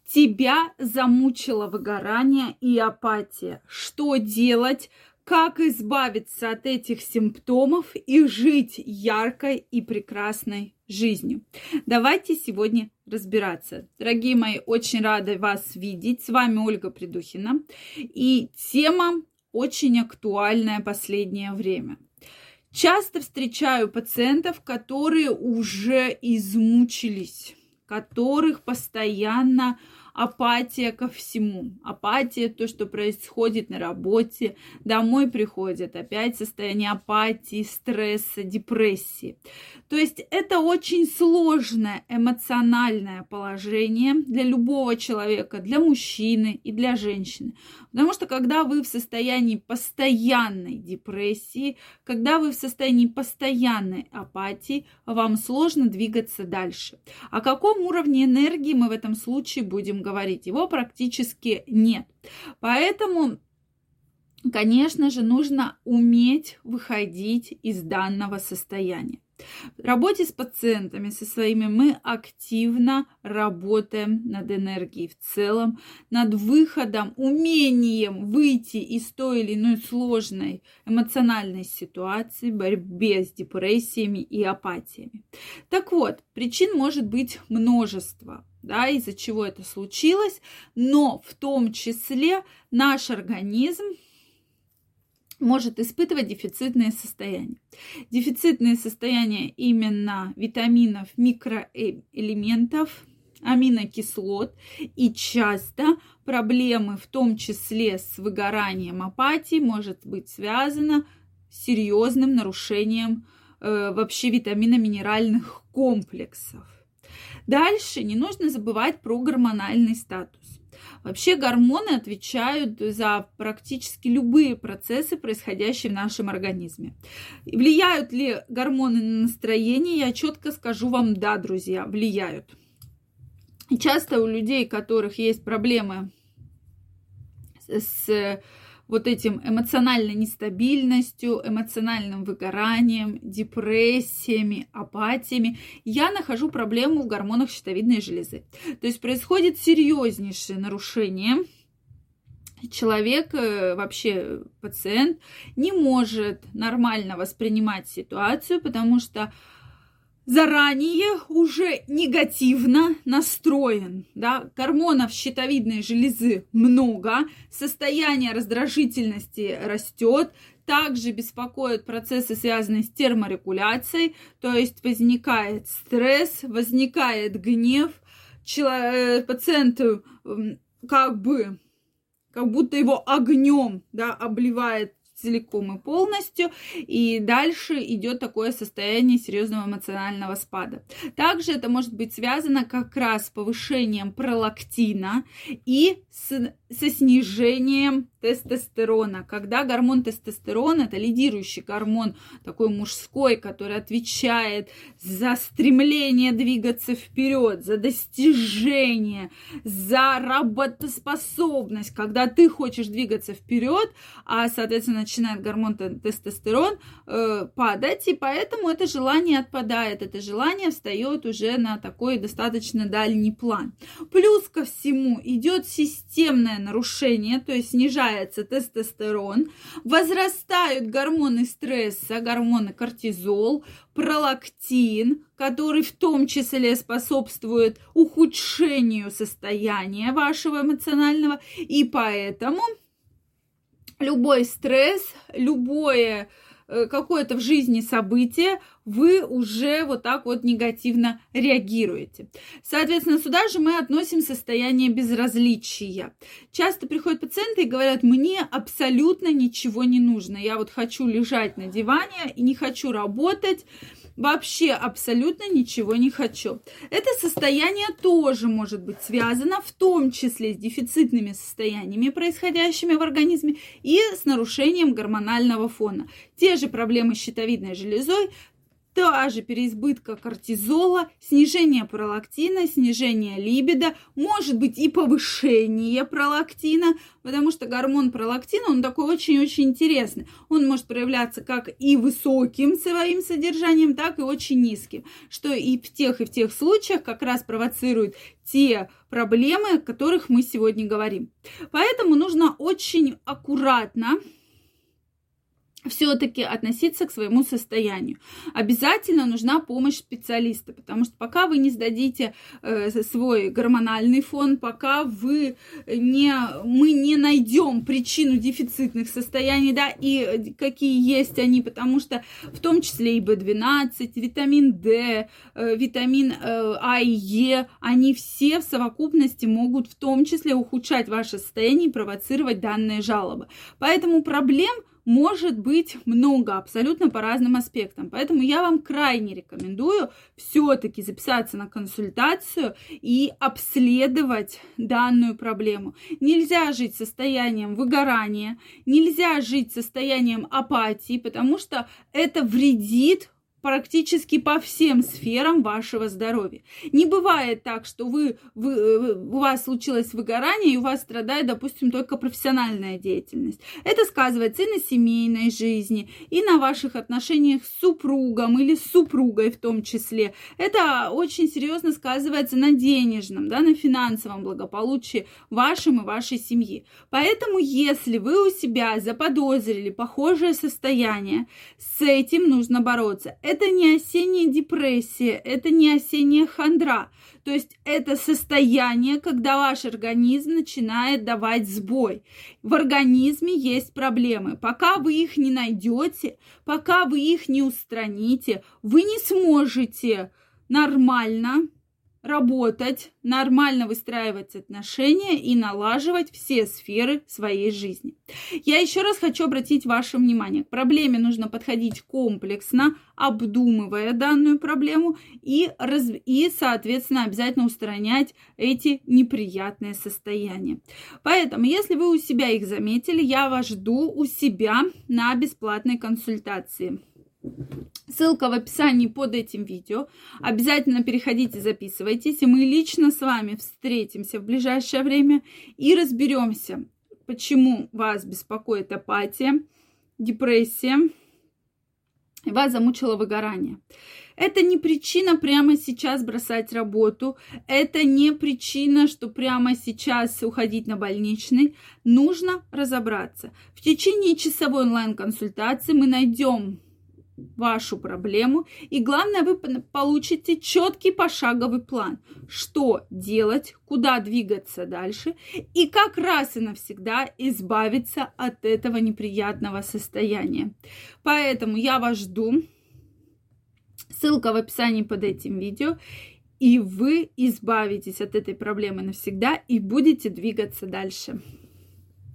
Тебя замучило выгорание и апатия. Что делать? Как избавиться от этих симптомов и жить яркой и прекрасной жизнью? Давайте сегодня разбираться. Дорогие мои, очень рада вас видеть. С вами Ольга Придухина. И тема очень актуальная в последнее время. Часто встречаю пациентов, которые уже измучились, которых постоянно апатия ко всему. Апатия, то, что происходит на работе, домой приходят, опять состояние апатии, стресса, депрессии. То есть это очень сложное эмоциональное положение для любого человека, для мужчины и для женщины. Потому что когда вы в состоянии постоянной депрессии, когда вы в состоянии постоянной апатии, вам сложно двигаться дальше. О каком уровне энергии мы в этом случае будем говорить? Его практически нет. Поэтому, конечно же, нужно уметь выходить из данного состояния. В работе с пациентами, со своими, мы активно работаем над энергией в целом, над выходом, умением выйти из той или иной сложной эмоциональной ситуации, борьбе с депрессиями и апатиями. Так вот, причин может быть множество, да, из-за чего это случилось, но в том числе наш организм может испытывать дефицитные состояния. Дефицитные состояния именно витаминов, микроэлементов, аминокислот. И часто проблемы, в том числе с выгоранием, апатией, может быть связано с серьезным нарушением вообще витаминно-минеральных комплексов. Дальше не нужно забывать про гормональный статус. Вообще гормоны отвечают за практически любые процессы, происходящие в нашем организме. Влияют ли гормоны на настроение? Я четко скажу вам: да, друзья, влияют. И часто у людей, у которых есть проблемы с вот этим эмоциональной нестабильностью, эмоциональным выгоранием, депрессиями, апатиями, я нахожу проблему в гормонах щитовидной железы. То есть происходит серьезнейшее нарушение. Человек, вообще пациент, не может нормально воспринимать ситуацию, потому что заранее уже негативно настроен, да? Гормонов щитовидной железы много, состояние раздражительности растет, также беспокоят процессы, связанные с терморегуляцией, то есть возникает стресс, возникает гнев, пациенту как будто его огнем, да, обливает целиком и полностью, и дальше идет такое состояние серьезного эмоционального спада. Также это может быть связано как раз с повышением пролактина и со снижением тестостерона. Когда гормон тестостерон, это лидирующий гормон, такой мужской, который отвечает за стремление двигаться вперед, за достижение, за работоспособность, когда ты хочешь двигаться вперед, а, соответственно, начинает гормон тестостерон падать, и поэтому это желание отпадает, это желание встает уже на такой достаточно дальний план. Плюс ко всему идет системное нарушение, то есть снижается тестостерон, возрастают гормоны стресса, гормоны кортизол, пролактин, который в том числе способствует ухудшению состояния вашего эмоционального, и поэтому любой стресс, любое какое-то в жизни событие, вы уже вот так вот негативно реагируете. Соответственно, сюда же мы относим состояние безразличия. Часто приходят пациенты и говорят: мне абсолютно ничего не нужно. Я вот хочу лежать на диване и не хочу работать. Вообще абсолютно ничего не хочу. Это состояние тоже может быть связано в том числе с дефицитными состояниями, происходящими в организме, и с нарушением гормонального фона. Те же проблемы с щитовидной железой даже переизбытка кортизола, снижение пролактина, снижение либидо, может быть и повышение пролактина, потому что гормон пролактин, он такой очень-очень интересный. Он может проявляться как и высоким своим содержанием, так и очень низким, что и в тех случаях как раз провоцирует те проблемы, о которых мы сегодня говорим. Поэтому нужно очень аккуратно все-таки относиться к своему состоянию. Обязательно нужна помощь специалиста, потому что пока вы не сдадите свой гормональный фон, пока мы не найдем причину дефицитных состояний, да, и какие есть они, потому что в том числе и B12, витамин D, витамин А и Е, они все в совокупности могут в том числе ухудшать ваше состояние и провоцировать данные жалобы. Поэтому проблем может быть много, абсолютно по разным аспектам. Поэтому я вам крайне рекомендую все-таки записаться на консультацию и обследовать данную проблему. Нельзя жить состоянием выгорания, нельзя жить состоянием апатии, потому что это вредит практически по всем сферам вашего здоровья. Не бывает так, что у вас случилось выгорание, и у вас страдает, допустим, только профессиональная деятельность. Это сказывается и на семейной жизни, и на ваших отношениях с супругом или с супругой в том числе. Это очень серьезно сказывается на денежном, да, на финансовом благополучии вашем и вашей семьи. Поэтому, если вы у себя заподозрили похожее состояние, с этим нужно бороться. Это не осенняя депрессия, это не осенняя хандра. То есть это состояние, когда ваш организм начинает давать сбой. В организме есть проблемы. Пока вы их не найдете, пока вы их не устраните, вы не сможете нормально работать, нормально выстраивать отношения и налаживать все сферы своей жизни. Я еще раз хочу обратить ваше внимание. К проблеме нужно подходить комплексно, обдумывая данную проблему и соответственно, обязательно устранять эти неприятные состояния. Поэтому, если вы у себя их заметили, я вас жду у себя на бесплатной консультации. Ссылка в описании под этим видео. Обязательно переходите, записывайтесь, и мы лично с вами встретимся в ближайшее время и разберемся, почему вас беспокоит апатия, депрессия, и вас замучило выгорание. Это не причина прямо сейчас бросать работу, это не причина, что прямо сейчас уходить на больничный. Нужно разобраться. В течение часовой онлайн-консультации мы найдем вашу проблему, и главное, вы получите четкий пошаговый план, что делать, куда двигаться дальше и как раз и навсегда избавиться от этого неприятного состояния. Поэтому я вас жду. Ссылка в описании под этим видео, и вы избавитесь от этой проблемы навсегда и будете двигаться дальше.